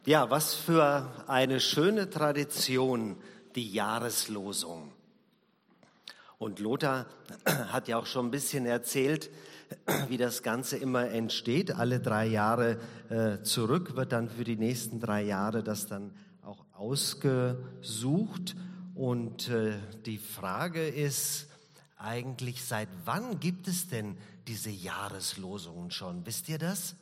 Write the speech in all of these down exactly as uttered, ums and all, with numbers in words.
Ja, was für eine schöne Tradition, die Jahreslosung. Und Lothar hat ja auch schon ein bisschen erzählt, wie das Ganze immer entsteht. Alle drei Jahre äh, zurück wird dann für die nächsten drei Jahre das dann auch ausgesucht. Und äh, die Frage ist eigentlich, seit wann gibt es denn diese Jahreslosungen schon? Wisst ihr das?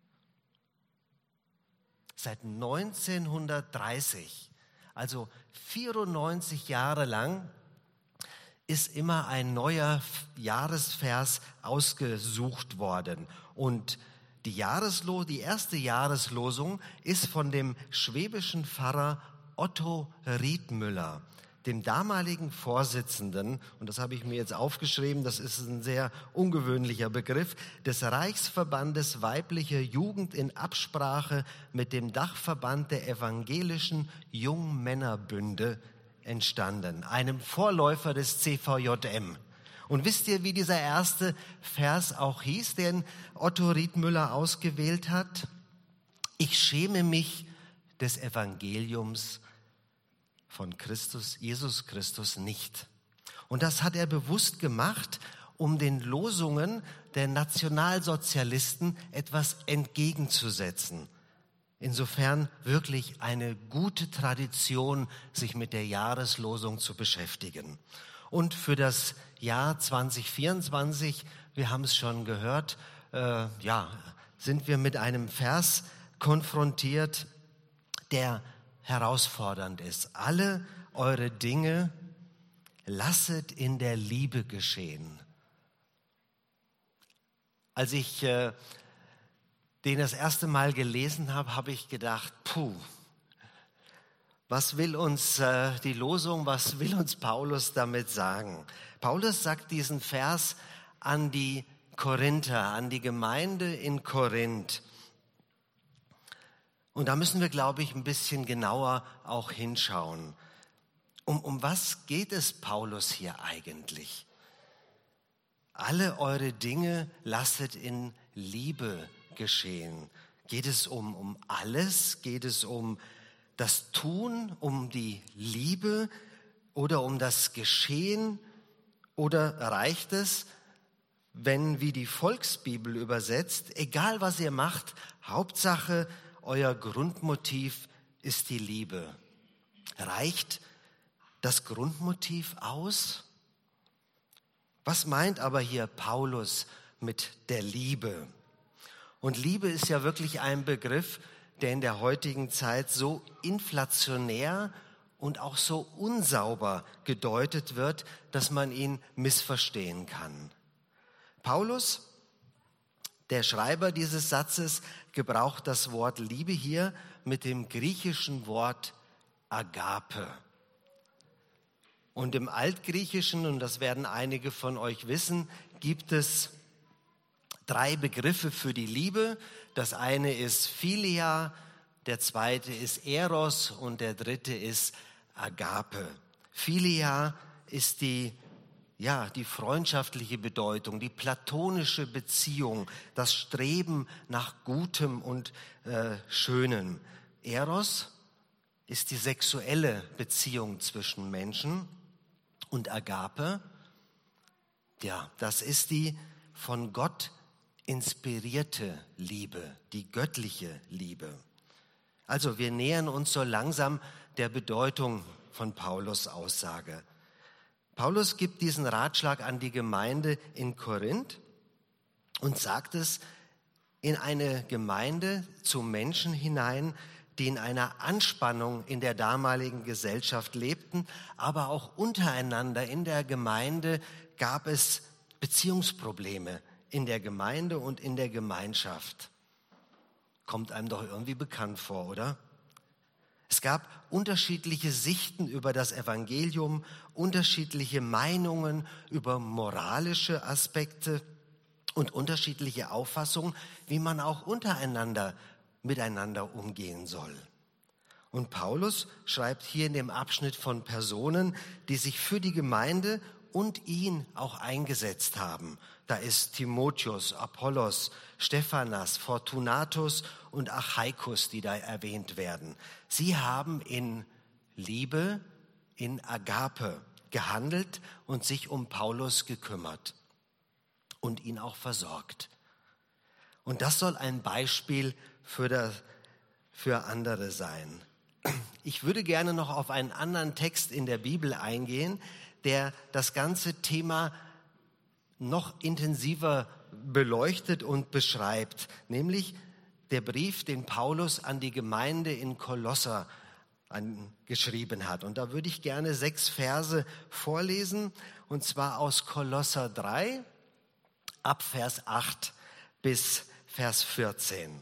Seit neunzehnhundertdreißig, also vierundneunzig Jahre lang, ist immer ein neuer Jahresvers ausgesucht worden. Und die Jahreslo- die erste Jahreslosung ist von dem schwäbischen Pfarrer Otto Riethmüller, dem damaligen Vorsitzenden, und das habe ich mir jetzt aufgeschrieben, das ist ein sehr ungewöhnlicher Begriff, des Reichsverbandes weiblicher Jugend in Absprache mit dem Dachverband der evangelischen Jungmännerbünde entstanden, einem Vorläufer des C V J M. Und wisst ihr, wie dieser erste Vers auch hieß, den Otto Riethmüller ausgewählt hat? Ich schäme mich des Evangeliums von Christus, Jesus Christus nicht. Und das hat er bewusst gemacht, um den Losungen der Nationalsozialisten etwas entgegenzusetzen. Insofern wirklich eine gute Tradition, sich mit der Jahreslosung zu beschäftigen. Und für das Jahr zwanzig vierundzwanzig, wir haben es schon gehört, äh, ja, sind wir mit einem Vers konfrontiert, der herausfordernd ist. Alle eure Dinge lasset in der Liebe geschehen. Als ich äh, den das erste Mal gelesen habe, habe ich gedacht, puh, was will uns äh, die Losung, was will uns Paulus damit sagen? Paulus sagt diesen Vers an die Korinther, an die Gemeinde in Korinth. Und da müssen wir, glaube ich, ein bisschen genauer auch hinschauen. Um, um was geht es Paulus hier eigentlich? Alle eure Dinge lasset in Liebe geschehen. Geht es um, um alles? Geht es um das Tun, um die Liebe oder um das Geschehen? Oder reicht es, wenn, wie die Volksbibel übersetzt, egal was ihr macht, Hauptsache, euer Grundmotiv ist die Liebe? Reicht das Grundmotiv aus? Was meint aber hier Paulus mit der Liebe? Und Liebe ist ja wirklich ein Begriff, der in der heutigen Zeit so inflationär und auch so unsauber gedeutet wird, dass man ihn missverstehen kann. Paulus, der Schreiber dieses Satzes, gebraucht das Wort Liebe hier mit dem griechischen Wort Agape. Und im Altgriechischen, und das werden einige von euch wissen, gibt es drei Begriffe für die Liebe. Das eine ist Philia, der zweite ist Eros und der dritte ist Agape. Philia ist die Ja, die freundschaftliche Bedeutung, die platonische Beziehung, das Streben nach Gutem und äh, Schönem. Eros ist die sexuelle Beziehung zwischen Menschen und Agape, ja, das ist die von Gott inspirierte Liebe, die göttliche Liebe. Also wir nähern uns so langsam der Bedeutung von Paulus' Aussage. Paulus gibt diesen Ratschlag an die Gemeinde in Korinth und sagt es in eine Gemeinde zu Menschen hinein, die in einer Anspannung in der damaligen Gesellschaft lebten, aber auch untereinander in der Gemeinde gab es Beziehungsprobleme in der Gemeinde und in der Gemeinschaft. Kommt einem doch irgendwie bekannt vor, oder? Es gab unterschiedliche Sichten über das Evangelium, unterschiedliche Meinungen über moralische Aspekte und unterschiedliche Auffassungen, wie man auch untereinander miteinander umgehen soll. Und Paulus schreibt hier in dem Abschnitt von Personen, die sich für die Gemeinde und ihn auch eingesetzt haben. Da ist Timotheus, Apollos, Stephanas, Fortunatus und Achaikus, die da erwähnt werden. Sie haben in Liebe, in Agape gehandelt und sich um Paulus gekümmert und ihn auch versorgt. Und das soll ein Beispiel für, das, für andere sein. Ich würde gerne noch auf einen anderen Text in der Bibel eingehen, der das ganze Thema noch intensiver beleuchtet und beschreibt, nämlich der Brief, den Paulus an die Gemeinde in Kolosser geschrieben hat. Und da würde ich gerne sechs Verse vorlesen, und zwar aus Kolosser drei, ab Vers acht bis Vers vierzehn.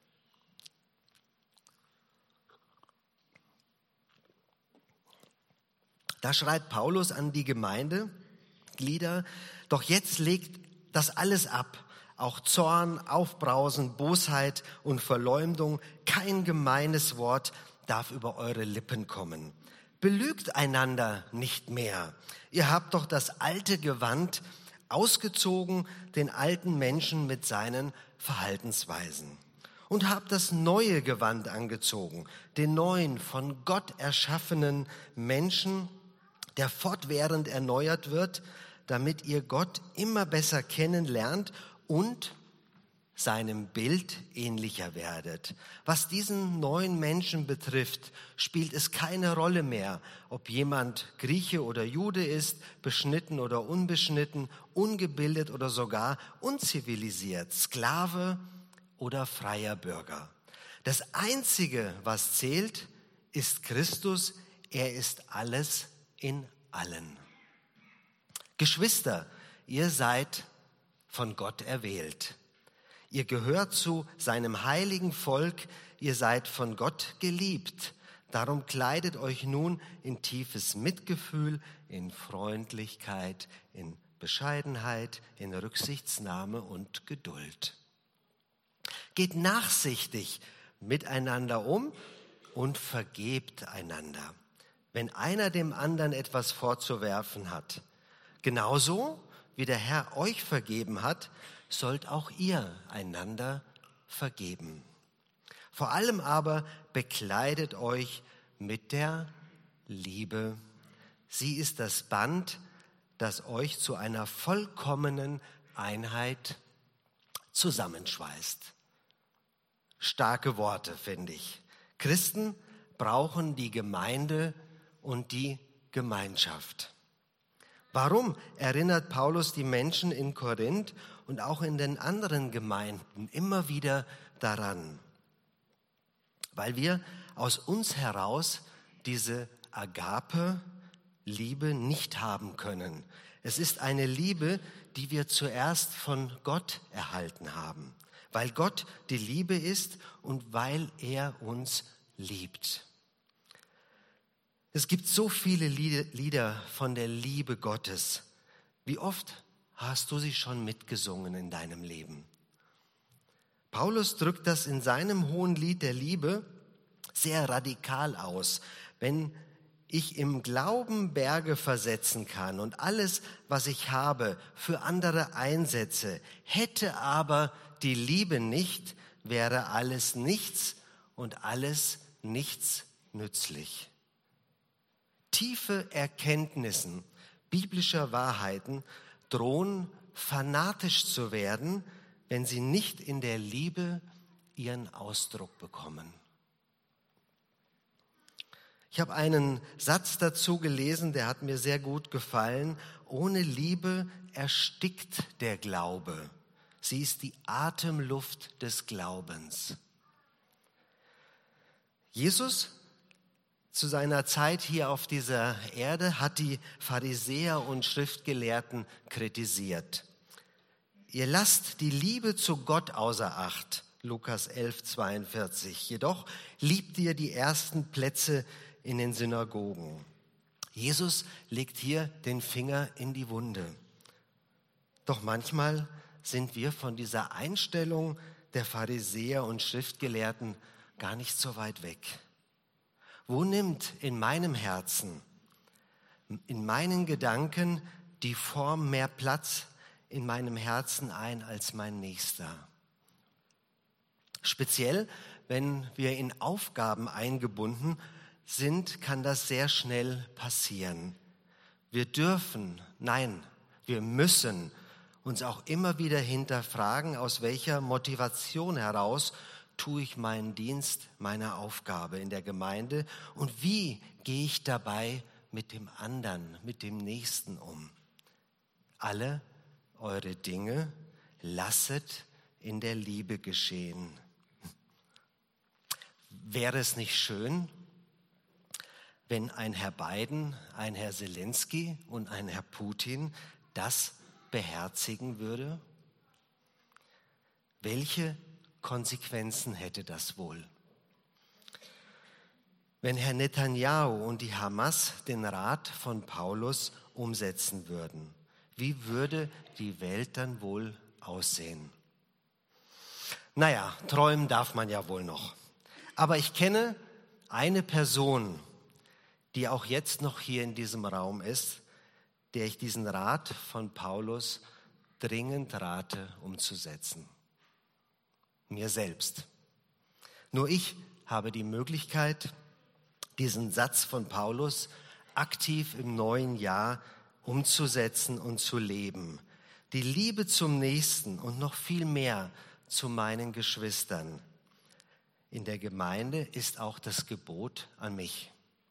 Da schreibt Paulus an die Gemeindeglieder: Doch jetzt legt das alles ab, auch Zorn, Aufbrausen, Bosheit und Verleumdung. Kein gemeines Wort darf über eure Lippen kommen. Belügt einander nicht mehr. Ihr habt doch das alte Gewand ausgezogen, den alten Menschen mit seinen Verhaltensweisen. Und habt das neue Gewand angezogen, den neuen, von Gott erschaffenen Menschen, der fortwährend erneuert wird, damit ihr Gott immer besser kennenlernt und seinem Bild ähnlicher werdet. Was diesen neuen Menschen betrifft, spielt es keine Rolle mehr, ob jemand Grieche oder Jude ist, beschnitten oder unbeschnitten, ungebildet oder sogar unzivilisiert, Sklave oder freier Bürger. Das Einzige, was zählt, ist Christus. Er ist alles in allen. Geschwister, ihr seid von Gott erwählt. Ihr gehört zu seinem heiligen Volk, ihr seid von Gott geliebt. Darum kleidet euch nun in tiefes Mitgefühl, in Freundlichkeit, in Bescheidenheit, in Rücksichtnahme und Geduld. Geht nachsichtig miteinander um und vergebt einander, wenn einer dem anderen etwas vorzuwerfen hat. Genauso wie der Herr euch vergeben hat, sollt auch ihr einander vergeben. Vor allem aber bekleidet euch mit der Liebe. Sie ist das Band, das euch zu einer vollkommenen Einheit zusammenschweißt. Starke Worte, finde ich. Christen brauchen die Gemeinde und die Gemeinschaft. Warum erinnert Paulus die Menschen in Korinth und auch in den anderen Gemeinden immer wieder daran? Weil wir aus uns heraus diese Agape-Liebe nicht haben können. Es ist eine Liebe, die wir zuerst von Gott erhalten haben, weil Gott die Liebe ist und weil er uns liebt. Es gibt so viele Lieder von der Liebe Gottes. Wie oft hast du sie schon mitgesungen in deinem Leben? Paulus drückt das in seinem hohen Lied der Liebe sehr radikal aus. Wenn ich im Glauben Berge versetzen kann und alles, was ich habe, für andere einsetze, hätte aber die Liebe nicht, wäre alles nichts und alles nichts nützlich. Tiefe Erkenntnissen biblischer Wahrheiten drohen fanatisch zu werden, wenn sie nicht in der Liebe ihren Ausdruck bekommen. Ich habe einen Satz dazu gelesen, der hat mir sehr gut gefallen. Ohne Liebe erstickt der Glaube. Sie ist die Atemluft des Glaubens. Jesus zu seiner Zeit hier auf dieser Erde hat die Pharisäer und Schriftgelehrten kritisiert. Ihr lasst die Liebe zu Gott außer Acht, Lukas elf, zweiundvierzig. Jedoch liebt ihr die ersten Plätze in den Synagogen. Jesus legt hier den Finger in die Wunde. Doch manchmal sind wir von dieser Einstellung der Pharisäer und Schriftgelehrten gar nicht so weit weg. Wo nimmt in meinem Herzen, in meinen Gedanken die Form mehr Platz in meinem Herzen ein als mein Nächster. Speziell, wenn wir in Aufgaben eingebunden sind, kann das sehr schnell passieren. Wir dürfen, nein, wir müssen uns auch immer wieder hinterfragen, aus welcher Motivation heraus tue ich meinen Dienst, meine Aufgabe in der Gemeinde und wie gehe ich dabei mit dem anderen, mit dem Nächsten um. Alle eure Dinge lasset in der Liebe geschehen. Wäre es nicht schön, wenn ein Herr Biden, ein Herr Zelensky und ein Herr Putin das beherzigen würde? Welche Konsequenzen hätte das wohl? Wenn Herr Netanyahu und die Hamas den Rat von Paulus umsetzen würden, wie würde die Welt dann wohl aussehen? Naja, träumen darf man ja wohl noch. Aber ich kenne eine Person, die auch jetzt noch hier in diesem Raum ist, der ich diesen Rat von Paulus dringend rate, umzusetzen. Mir selbst. Nur ich habe die Möglichkeit, diesen Satz von Paulus aktiv im neuen Jahr umzusetzen und zu leben. Die Liebe zum Nächsten und noch viel mehr zu meinen Geschwistern in der Gemeinde ist auch das Gebot an mich.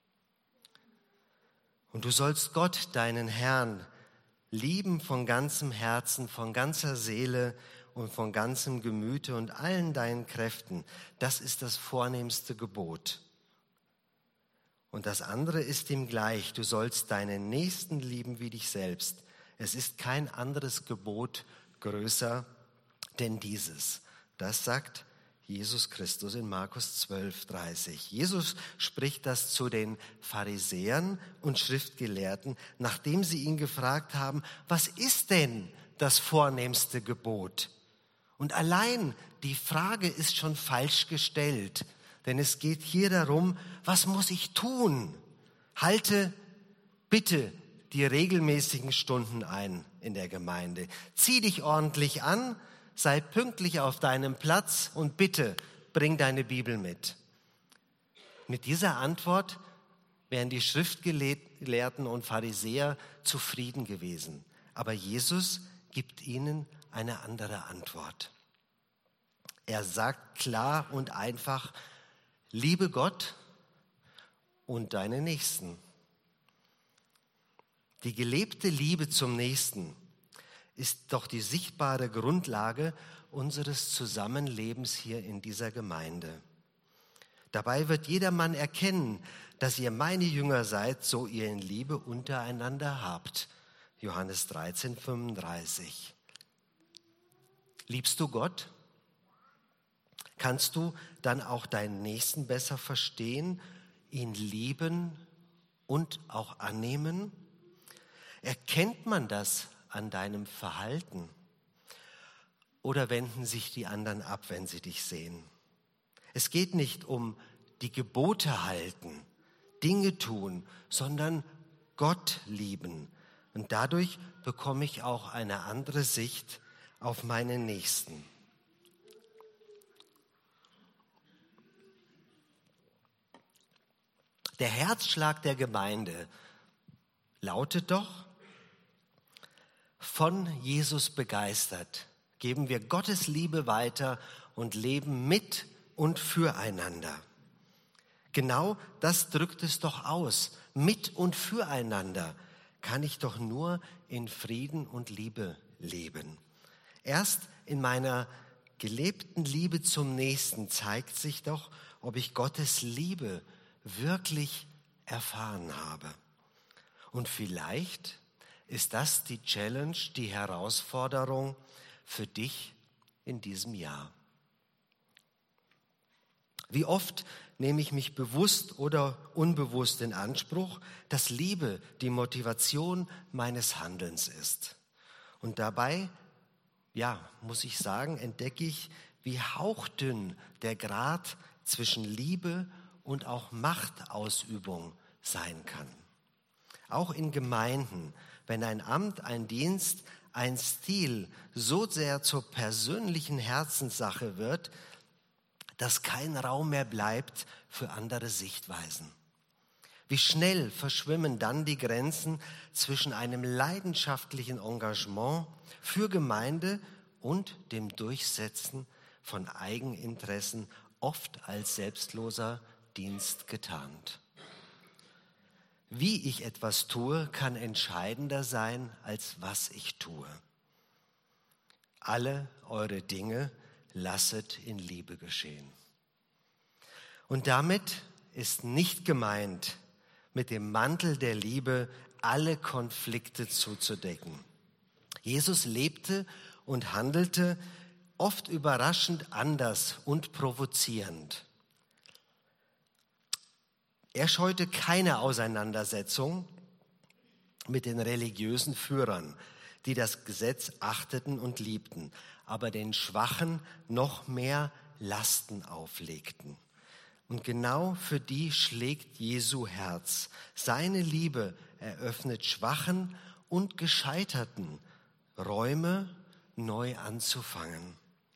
Und du sollst Gott, deinen Herrn, lieben von ganzem Herzen, von ganzer Seele und von ganzem Gemüte und allen deinen Kräften. Das ist das vornehmste Gebot. Und das andere ist ihm gleich. Du sollst deinen Nächsten lieben wie dich selbst. Es ist kein anderes Gebot größer denn dieses. Das sagt Jesus Christus in Markus zwölf, dreißig. Jesus spricht das zu den Pharisäern und Schriftgelehrten, nachdem sie ihn gefragt haben, was ist denn das vornehmste Gebot? Und allein die Frage ist schon falsch gestellt, denn es geht hier darum, was muss ich tun? Halte bitte die regelmäßigen Stunden ein in der Gemeinde. Zieh dich ordentlich an, sei pünktlich auf deinem Platz und bitte bring deine Bibel mit. Mit dieser Antwort wären die Schriftgelehrten und Pharisäer zufrieden gewesen. Aber Jesus gibt ihnen eine andere Antwort. Er sagt klar und einfach, liebe Gott und deine Nächsten. Die gelebte Liebe zum Nächsten ist doch die sichtbare Grundlage unseres Zusammenlebens hier in dieser Gemeinde. Dabei wird jedermann erkennen, dass ihr meine Jünger seid, so ihr in Liebe untereinander habt. Johannes dreizehn, fünfunddreißig. Liebst du Gott? Kannst du dann auch deinen Nächsten besser verstehen, ihn lieben und auch annehmen? Erkennt man das an deinem Verhalten? Oder wenden sich die anderen ab, wenn sie dich sehen? Es geht nicht um die Gebote halten, Dinge tun, sondern Gott lieben. Und dadurch bekomme ich auch eine andere Sicht auf meinen Nächsten. Der Herzschlag der Gemeinde lautet doch, von Jesus begeistert geben wir Gottes Liebe weiter und leben mit und füreinander. Genau das drückt es doch aus. Mit und füreinander kann ich doch nur in Frieden und Liebe leben. Erst in meiner gelebten Liebe zum Nächsten zeigt sich doch, ob ich Gottes Liebe wirklich erfahren habe. Und vielleicht ist das die Challenge, die Herausforderung für dich in diesem Jahr. Wie oft nehme ich mich bewusst oder unbewusst in Anspruch, dass Liebe die Motivation meines Handelns ist. Und dabei, ja, muss ich sagen, entdecke ich, wie hauchdünn der Grat zwischen Liebe und auch Machtausübung sein kann. Auch in Gemeinden, wenn ein Amt, ein Dienst, ein Stil so sehr zur persönlichen Herzenssache wird, dass kein Raum mehr bleibt für andere Sichtweisen. Wie schnell verschwimmen dann die Grenzen zwischen einem leidenschaftlichen Engagement für Gemeinde und dem Durchsetzen von Eigeninteressen, oft als selbstloser Dienst getarnt. Wie ich etwas tue, kann entscheidender sein, als was ich tue. Alle eure Dinge lasset in Liebe geschehen. Und damit ist nicht gemeint, mit dem Mantel der Liebe alle Konflikte zuzudecken. Jesus lebte und handelte oft überraschend anders und provozierend. Er scheute keine Auseinandersetzung mit den religiösen Führern, die das Gesetz achteten und liebten, aber den Schwachen noch mehr Lasten auflegten. Und genau für die schlägt Jesu Herz. Seine Liebe eröffnet Schwachen und Gescheiterten Räume, neu anzufangen.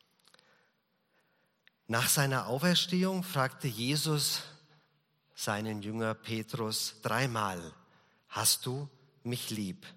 Nach seiner Auferstehung fragte Jesus seinen Jünger Petrus dreimal: Hast du mich lieb?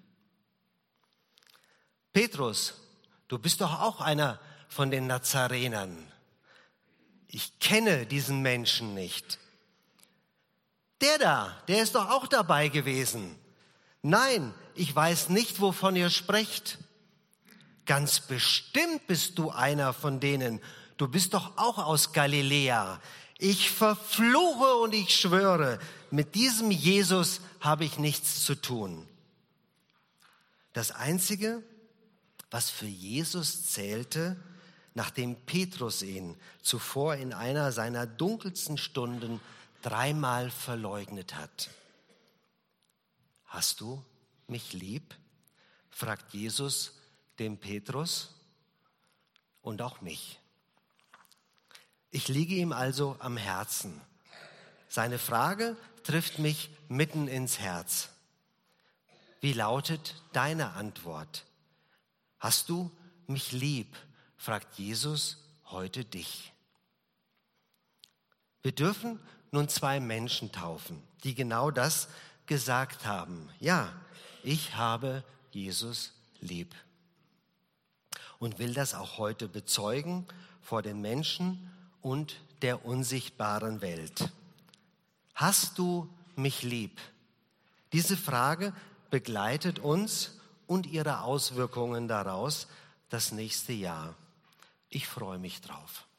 Petrus, du bist doch auch einer von den Nazarenern. Ich kenne diesen Menschen nicht. Der da, der ist doch auch dabei gewesen. Nein, ich weiß nicht, wovon ihr sprecht. Ganz bestimmt bist du einer von denen. Du bist doch auch aus Galiläa. Ich verfluche und ich schwöre, mit diesem Jesus habe ich nichts zu tun. Das Einzige, was für Jesus zählte, nachdem Petrus ihn zuvor in einer seiner dunkelsten Stunden dreimal verleugnet hat. Hast du mich lieb? Fragt Jesus dem Petrus und auch mich. Ich liege ihm also am Herzen. Seine Frage trifft mich mitten ins Herz. Wie lautet deine Antwort? Hast du mich lieb? Fragt Jesus heute dich. Wir dürfen nun zwei Menschen taufen, die genau das gesagt haben. Ja, ich habe Jesus lieb. Und will das auch heute bezeugen vor den Menschen und der unsichtbaren Welt. Hast du mich lieb? Diese Frage begleitet uns und ihre Auswirkungen daraus das nächste Jahr. Ich freue mich drauf.